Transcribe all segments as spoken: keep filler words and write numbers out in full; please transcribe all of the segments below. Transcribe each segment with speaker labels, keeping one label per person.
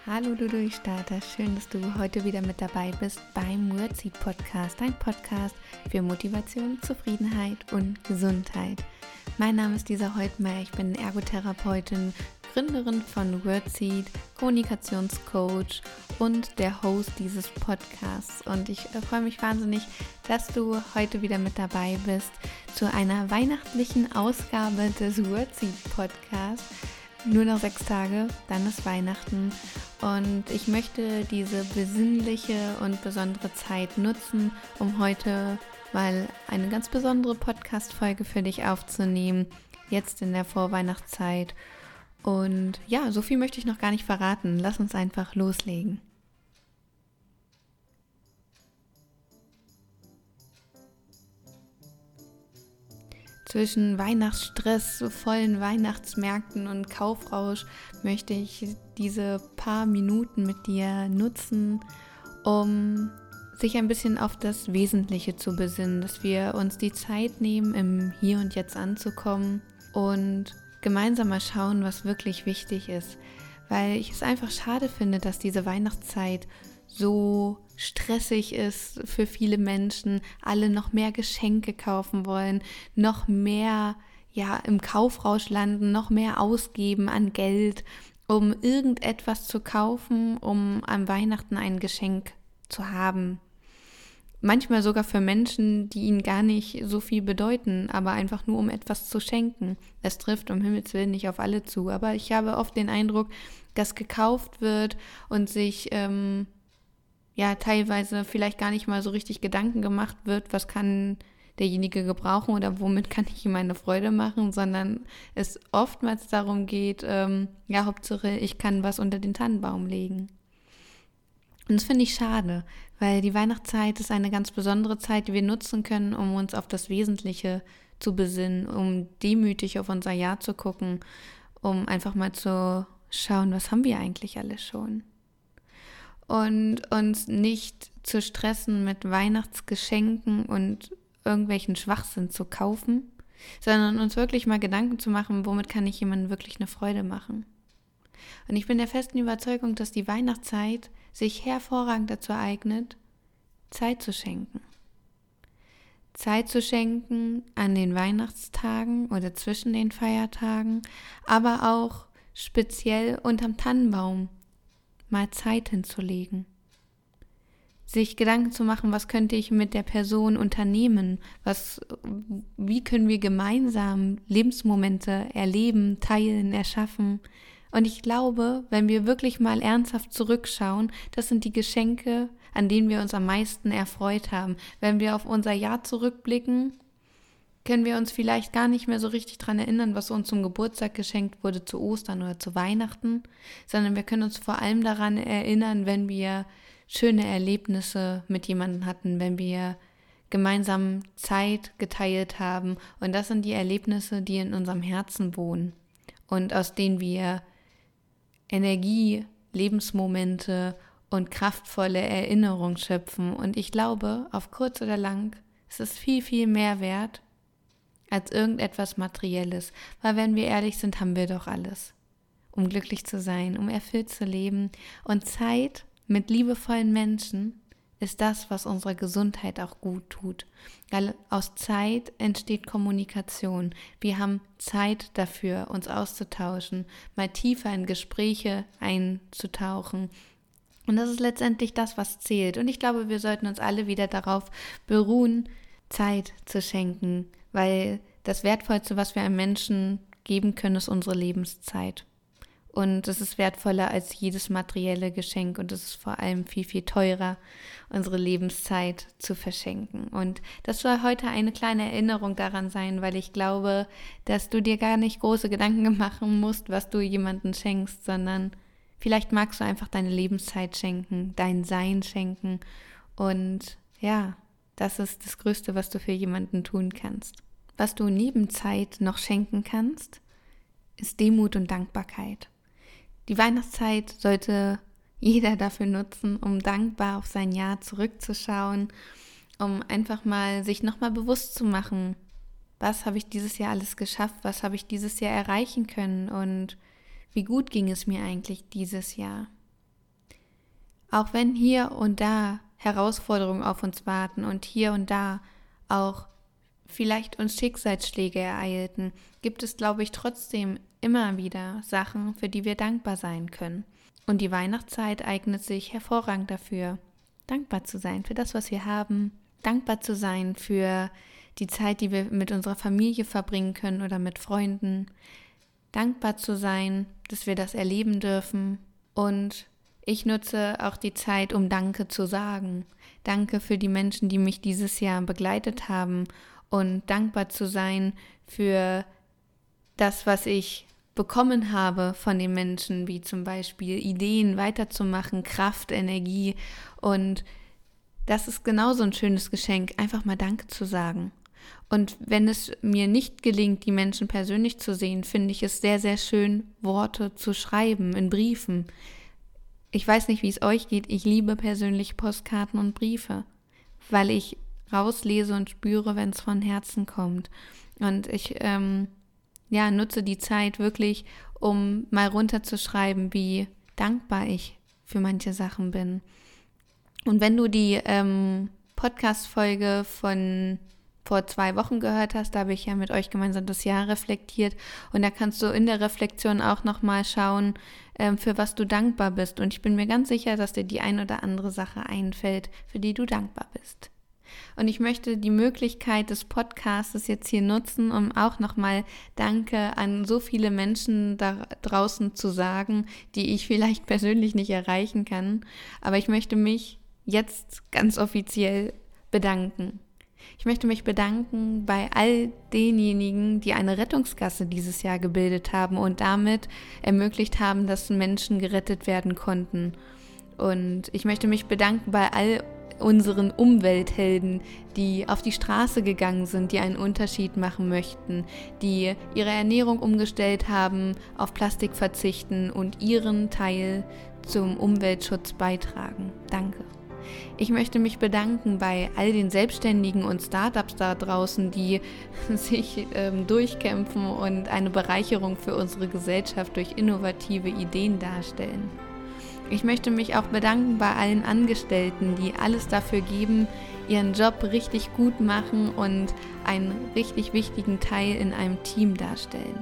Speaker 1: Hallo du Durchstarter, schön, dass du heute wieder mit dabei bist beim Wordseed Podcast, ein Podcast für Motivation, Zufriedenheit und Gesundheit. Mein Name ist Lisa Heutmeier, ich bin Ergotherapeutin, Gründerin von Wordseed, Kommunikationscoach und der Host dieses Podcasts. Und ich äh, freue mich wahnsinnig, dass du heute wieder mit dabei bist zu einer weihnachtlichen Ausgabe des Wordseed Podcasts. Nur noch sechs Tage, dann ist Weihnachten und ich möchte diese besinnliche und besondere Zeit nutzen, um heute mal eine ganz besondere Podcast-Folge für dich aufzunehmen, jetzt in der Vorweihnachtszeit. Und ja, so viel möchte ich noch gar nicht verraten. Lass uns einfach loslegen. Zwischen Weihnachtsstress, vollen Weihnachtsmärkten und Kaufrausch möchte ich diese paar Minuten mit dir nutzen, um sich ein bisschen auf das Wesentliche zu besinnen, dass wir uns die Zeit nehmen, im Hier und Jetzt anzukommen und gemeinsam mal schauen, was wirklich wichtig ist. Weil ich es einfach schade finde, dass diese Weihnachtszeit so stressig ist für viele Menschen, alle noch mehr Geschenke kaufen wollen, noch mehr ja im Kaufrausch landen, noch mehr ausgeben an Geld, um irgendetwas zu kaufen, um an Weihnachten ein Geschenk zu haben. Manchmal sogar für Menschen, die ihnen gar nicht so viel bedeuten, aber einfach nur um etwas zu schenken. Es trifft um Himmels Willen nicht auf alle zu, aber ich habe oft den Eindruck, dass gekauft wird und sich ähm, ja teilweise vielleicht gar nicht mal so richtig Gedanken gemacht wird, was kann derjenige gebrauchen oder womit kann ich ihm eine Freude machen, sondern es oftmals darum geht, ähm, ja Hauptsache ich kann was unter den Tannenbaum legen. Und das finde ich schade, weil die Weihnachtszeit ist eine ganz besondere Zeit, die wir nutzen können, um uns auf das Wesentliche zu besinnen, um demütig auf unser Jahr zu gucken, um einfach mal zu schauen, was haben wir eigentlich alles schon. Und uns nicht zu stressen mit Weihnachtsgeschenken und irgendwelchen Schwachsinn zu kaufen, sondern uns wirklich mal Gedanken zu machen, womit kann ich jemandem wirklich eine Freude machen. Und ich bin der festen Überzeugung, dass die Weihnachtszeit sich hervorragend dazu eignet, Zeit zu schenken. Zeit zu schenken an den Weihnachtstagen oder zwischen den Feiertagen, aber auch speziell unterm Tannenbaum mal Zeit hinzulegen. Sich Gedanken zu machen, was könnte ich mit der Person unternehmen, was, wie können wir gemeinsam Lebensmomente erleben, teilen, erschaffen. Und ich glaube, wenn wir wirklich mal ernsthaft zurückschauen, das sind die Geschenke, an denen wir uns am meisten erfreut haben. Wenn wir auf unser Jahr zurückblicken, können wir uns vielleicht gar nicht mehr so richtig daran erinnern, was uns zum Geburtstag geschenkt wurde, zu Ostern oder zu Weihnachten, sondern wir können uns vor allem daran erinnern, wenn wir schöne Erlebnisse mit jemandem hatten, wenn wir gemeinsam Zeit geteilt haben. Und das sind die Erlebnisse, die in unserem Herzen wohnen und aus denen wir Energie, Lebensmomente und kraftvolle Erinnerungen schöpfen. Und ich glaube, auf kurz oder lang ist es viel, viel mehr wert als irgendetwas Materielles. Weil wenn wir ehrlich sind, haben wir doch alles, um glücklich zu sein, um erfüllt zu leben. Und Zeit mit liebevollen Menschen ist das, was unserer Gesundheit auch gut tut. Weil aus Zeit entsteht Kommunikation. Wir haben Zeit dafür, uns auszutauschen, mal tiefer in Gespräche einzutauchen. Und das ist letztendlich das, was zählt. Und ich glaube, wir sollten uns alle wieder darauf beruhen, Zeit zu schenken, weil das Wertvollste, was wir einem Menschen geben können, ist unsere Lebenszeit. Und es ist wertvoller als jedes materielle Geschenk und es ist vor allem viel, viel teurer, unsere Lebenszeit zu verschenken. Und das soll heute eine kleine Erinnerung daran sein, weil ich glaube, dass du dir gar nicht große Gedanken machen musst, was du jemandem schenkst, sondern vielleicht magst du einfach deine Lebenszeit schenken, dein Sein schenken. Und ja, das ist das Größte, was du für jemanden tun kannst. Was du neben Zeit noch schenken kannst, ist Demut und Dankbarkeit. Die Weihnachtszeit sollte jeder dafür nutzen, um dankbar auf sein Jahr zurückzuschauen, um einfach mal sich nochmal bewusst zu machen, was habe ich dieses Jahr alles geschafft, was habe ich dieses Jahr erreichen können und wie gut ging es mir eigentlich dieses Jahr. Auch wenn hier und da Herausforderungen auf uns warten und hier und da auch vielleicht uns Schicksalsschläge ereilten, gibt es, glaube ich, trotzdem immer wieder Sachen, für die wir dankbar sein können. Und die Weihnachtszeit eignet sich hervorragend dafür, dankbar zu sein für das, was wir haben, dankbar zu sein für die Zeit, die wir mit unserer Familie verbringen können oder mit Freunden, dankbar zu sein, dass wir das erleben dürfen. Und ich nutze auch die Zeit, um Danke zu sagen. Danke für die Menschen, die mich dieses Jahr begleitet haben und dankbar zu sein für das, was ich bekommen habe von den Menschen, wie zum Beispiel Ideen weiterzumachen, Kraft, Energie. Und das ist genauso ein schönes Geschenk, einfach mal Danke zu sagen. Und wenn es mir nicht gelingt, die Menschen persönlich zu sehen, finde ich es sehr, sehr schön, Worte zu schreiben in Briefen. Ich weiß nicht, wie es euch geht, ich liebe persönlich Postkarten und Briefe, weil ich rauslese und spüre, wenn es von Herzen kommt. Und ich ähm, ja, nutze die Zeit wirklich, um mal runterzuschreiben, wie dankbar ich für manche Sachen bin. Und wenn du die ähm, Podcast-Folge von vor zwei Wochen gehört hast, da habe ich ja mit euch gemeinsam das Jahr reflektiert und da kannst du in der Reflexion auch nochmal schauen, ähm, für was du dankbar bist. Und ich bin mir ganz sicher, dass dir die ein oder andere Sache einfällt, für die du dankbar bist. Und ich möchte die Möglichkeit des Podcasts jetzt hier nutzen, um auch nochmal Danke an so viele Menschen da draußen zu sagen, die ich vielleicht persönlich nicht erreichen kann. Aber ich möchte mich jetzt ganz offiziell bedanken. Ich möchte mich bedanken bei all denjenigen, die eine Rettungsgasse dieses Jahr gebildet haben und damit ermöglicht haben, dass Menschen gerettet werden konnten. Und ich möchte mich bedanken bei all unseren Umwelthelden, die auf die Straße gegangen sind, die einen Unterschied machen möchten, die ihre Ernährung umgestellt haben, auf Plastik verzichten und ihren Teil zum Umweltschutz beitragen. Danke. Ich möchte mich bedanken bei all den Selbstständigen und Startups da draußen, die sich ähm, durchkämpfen und eine Bereicherung für unsere Gesellschaft durch innovative Ideen darstellen. Ich möchte mich auch bedanken bei allen Angestellten, die alles dafür geben, ihren Job richtig gut machen und einen richtig wichtigen Teil in einem Team darstellen.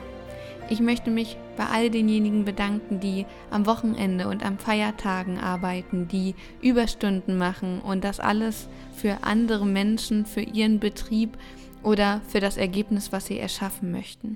Speaker 1: Ich möchte mich bei all denjenigen bedanken, die am Wochenende und an Feiertagen arbeiten, die Überstunden machen und das alles für andere Menschen, für ihren Betrieb oder für das Ergebnis, was sie erschaffen möchten.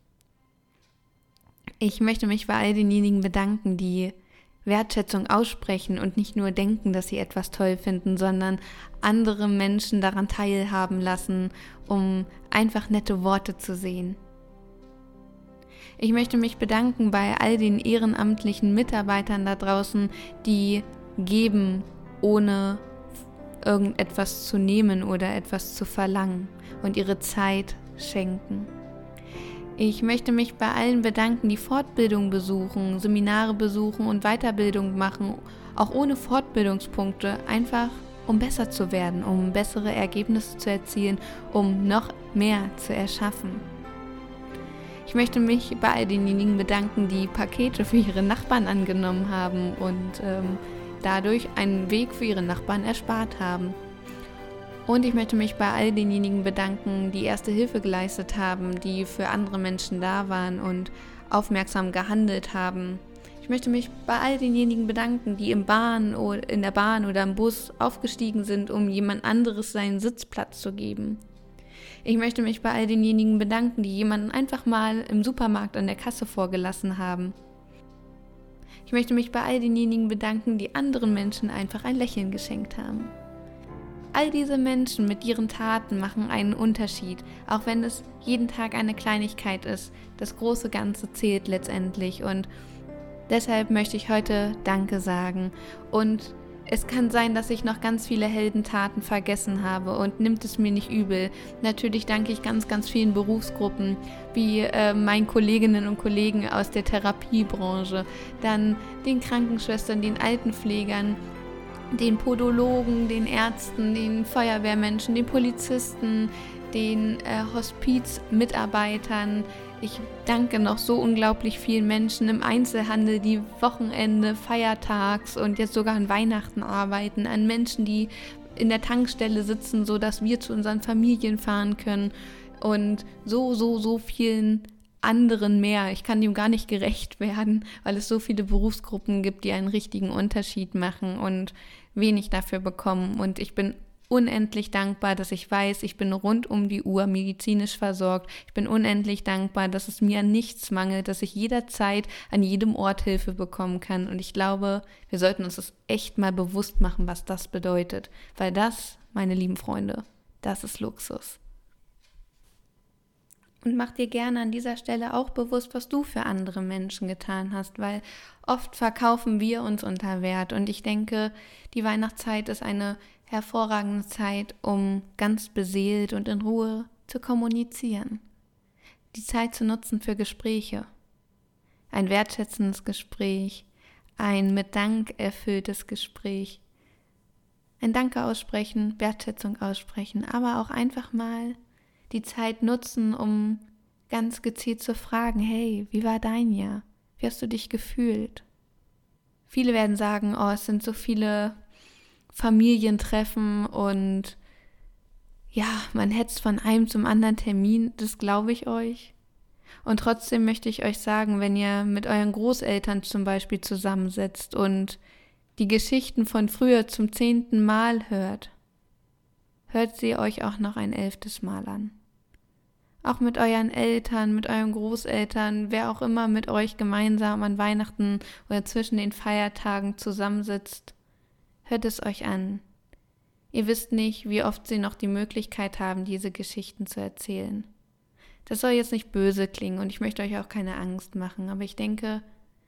Speaker 1: Ich möchte mich bei all denjenigen bedanken, die Wertschätzung aussprechen und nicht nur denken, dass sie etwas toll finden, sondern andere Menschen daran teilhaben lassen, um einfach nette Worte zu sehen. Ich möchte mich bedanken bei all den ehrenamtlichen Mitarbeitern da draußen, die geben, ohne irgendetwas zu nehmen oder etwas zu verlangen und ihre Zeit schenken. Ich möchte mich bei allen bedanken, die Fortbildung besuchen, Seminare besuchen und Weiterbildung machen, auch ohne Fortbildungspunkte, einfach um besser zu werden, um bessere Ergebnisse zu erzielen, um noch mehr zu erschaffen. Ich möchte mich bei all denjenigen bedanken, die Pakete für ihre Nachbarn angenommen haben und ähm, dadurch einen Weg für ihre Nachbarn erspart haben. Und ich möchte mich bei all denjenigen bedanken, die Erste Hilfe geleistet haben, die für andere Menschen da waren und aufmerksam gehandelt haben. Ich möchte mich bei all denjenigen bedanken, die im Bahn oder in der Bahn oder im Bus aufgestiegen sind, um jemand anderes seinen Sitzplatz zu geben. Ich möchte mich bei all denjenigen bedanken, die jemanden einfach mal im Supermarkt an der Kasse vorgelassen haben. Ich möchte mich bei all denjenigen bedanken, die anderen Menschen einfach ein Lächeln geschenkt haben. All diese Menschen mit ihren Taten machen einen Unterschied, auch wenn es jeden Tag eine Kleinigkeit ist. Das große Ganze zählt letztendlich und deshalb möchte ich heute Danke sagen. Und es kann sein, dass ich noch ganz viele Heldentaten vergessen habe und nimmt es mir nicht übel. Natürlich danke ich ganz, ganz vielen Berufsgruppen, wie äh, meinen Kolleginnen und Kollegen aus der Therapiebranche, dann den Krankenschwestern, den Altenpflegern, den Podologen, den Ärzten, den Feuerwehrmenschen, den Polizisten, den äh, Hospizmitarbeitern. Ich danke noch so unglaublich vielen Menschen im Einzelhandel, die Wochenende, feiertags und jetzt sogar an Weihnachten arbeiten, an Menschen, die in der Tankstelle sitzen, sodass wir zu unseren Familien fahren können und so, so, so vielen anderen mehr. Ich kann dem gar nicht gerecht werden, weil es so viele Berufsgruppen gibt, die einen richtigen Unterschied machen und wenig dafür bekommen. Und ich bin unendlich dankbar, dass ich weiß, ich bin rund um die Uhr medizinisch versorgt. Ich bin unendlich dankbar, dass es mir an nichts mangelt, dass ich jederzeit an jedem Ort Hilfe bekommen kann. Und ich glaube, wir sollten uns das echt mal bewusst machen, was das bedeutet. Weil das, meine lieben Freunde, das ist Luxus. Und mach dir gerne an dieser Stelle auch bewusst, was du für andere Menschen getan hast, weil oft verkaufen wir uns unter Wert. Und ich denke, die Weihnachtszeit ist eine hervorragende Zeit, um ganz beseelt und in Ruhe zu kommunizieren. Die Zeit zu nutzen für Gespräche. Ein wertschätzendes Gespräch, ein mit Dank erfülltes Gespräch. Ein Danke aussprechen, Wertschätzung aussprechen, aber auch einfach mal die Zeit nutzen, um ganz gezielt zu fragen, hey, wie war dein Jahr? Wie hast du dich gefühlt? Viele werden sagen, oh, es sind so viele Familientreffen und ja, man hetzt von einem zum anderen Termin, das glaube ich euch. Und trotzdem möchte ich euch sagen, wenn ihr mit euren Großeltern zum Beispiel zusammensitzt und die Geschichten von früher zum zehnten Mal hört, hört sie euch auch noch ein elftes Mal an. Auch mit euren Eltern, mit euren Großeltern, wer auch immer mit euch gemeinsam an Weihnachten oder zwischen den Feiertagen zusammensitzt, hört es euch an. Ihr wisst nicht, wie oft sie noch die Möglichkeit haben, diese Geschichten zu erzählen. Das soll jetzt nicht böse klingen und ich möchte euch auch keine Angst machen, aber ich denke,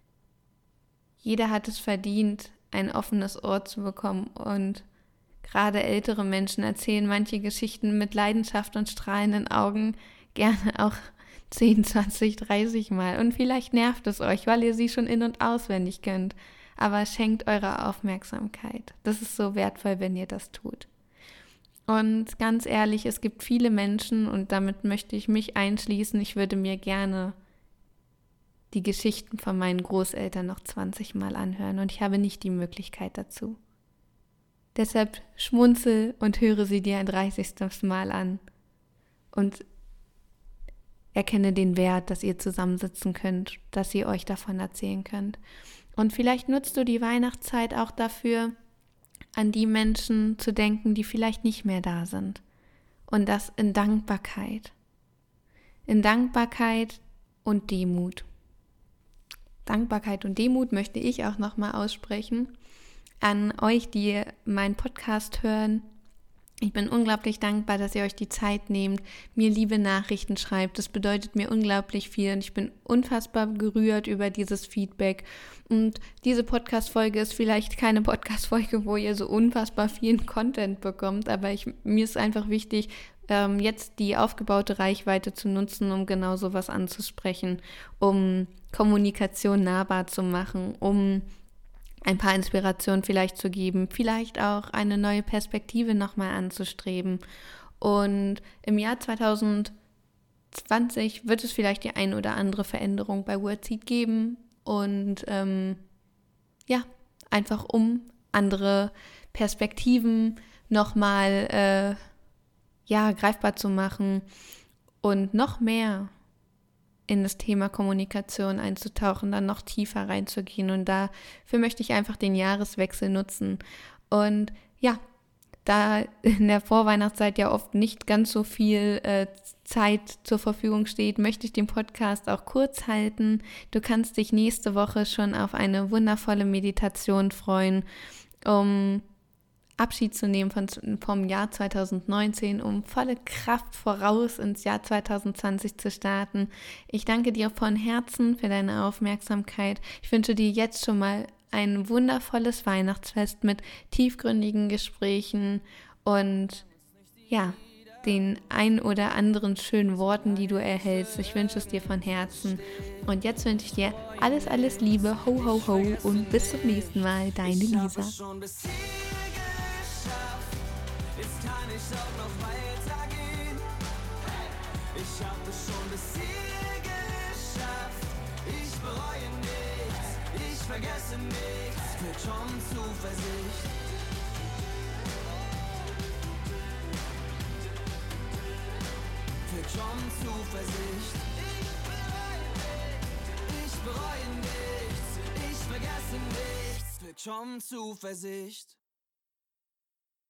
Speaker 1: jeder hat es verdient, ein offenes Ohr zu bekommen und gerade ältere Menschen erzählen manche Geschichten mit Leidenschaft und strahlenden Augen gerne auch zehn, zwanzig, dreißig Mal. Und vielleicht nervt es euch, weil ihr sie schon in- und auswendig könnt. Aber schenkt eure Aufmerksamkeit. Das ist so wertvoll, wenn ihr das tut. Und ganz ehrlich, es gibt viele Menschen, und damit möchte ich mich einschließen, ich würde mir gerne die Geschichten von meinen Großeltern noch zwanzig Mal anhören und ich habe nicht die Möglichkeit dazu. Deshalb schmunzel und höre sie dir ein dreißigstes Mal an und erkenne den Wert, dass ihr zusammensitzen könnt, dass ihr euch davon erzählen könnt. Und vielleicht nutzt du die Weihnachtszeit auch dafür, an die Menschen zu denken, die vielleicht nicht mehr da sind. Und das in Dankbarkeit. In Dankbarkeit und Demut. Dankbarkeit und Demut möchte ich auch nochmal aussprechen an euch, die meinen Podcast hören. Ich bin unglaublich dankbar, dass ihr euch die Zeit nehmt, mir liebe Nachrichten schreibt. Das bedeutet mir unglaublich viel und ich bin unfassbar gerührt über dieses Feedback. Und diese Podcast-Folge ist vielleicht keine Podcast-Folge, wo ihr so unfassbar vielen Content bekommt, aber ich, mir ist einfach wichtig, ähm, jetzt die aufgebaute Reichweite zu nutzen, um genau sowas anzusprechen, um Kommunikation nahbar zu machen, um ein paar Inspirationen vielleicht zu geben, vielleicht auch eine neue Perspektive nochmal anzustreben. Und im Jahr zwanzig zwanzig wird es vielleicht die ein oder andere Veränderung bei Wordseed geben und ähm, ja, einfach um andere Perspektiven nochmal äh, ja, greifbar zu machen und noch mehr in das Thema Kommunikation einzutauchen, dann noch tiefer reinzugehen und dafür möchte ich einfach den Jahreswechsel nutzen und ja, da in der Vorweihnachtszeit ja oft nicht ganz so viel äh, Zeit zur Verfügung steht, möchte ich den Podcast auch kurz halten. Du kannst dich nächste Woche schon auf eine wundervolle Meditation freuen, um Abschied zu nehmen von, vom Jahr zwanzig neunzehn, um volle Kraft voraus ins Jahr zwanzig zwanzig zu starten. Ich danke dir von Herzen für deine Aufmerksamkeit. Ich wünsche dir jetzt schon mal ein wundervolles Weihnachtsfest mit tiefgründigen Gesprächen und ja, den ein oder anderen schönen Worten, die du erhältst. Ich wünsche es dir von Herzen. Und jetzt wünsche ich dir alles, alles Liebe, ho, ho, ho und bis zum nächsten Mal, deine Lisa.
Speaker 2: Jetzt kann ich auch noch weitergehen. bis Ziel geschafft. Ich bereue nichts, ich vergesse nichts, führt schon Zuversicht. Führt schon Zuversicht. Ich bereue nichts, ich vergesse nichts, führt schon Zuversicht.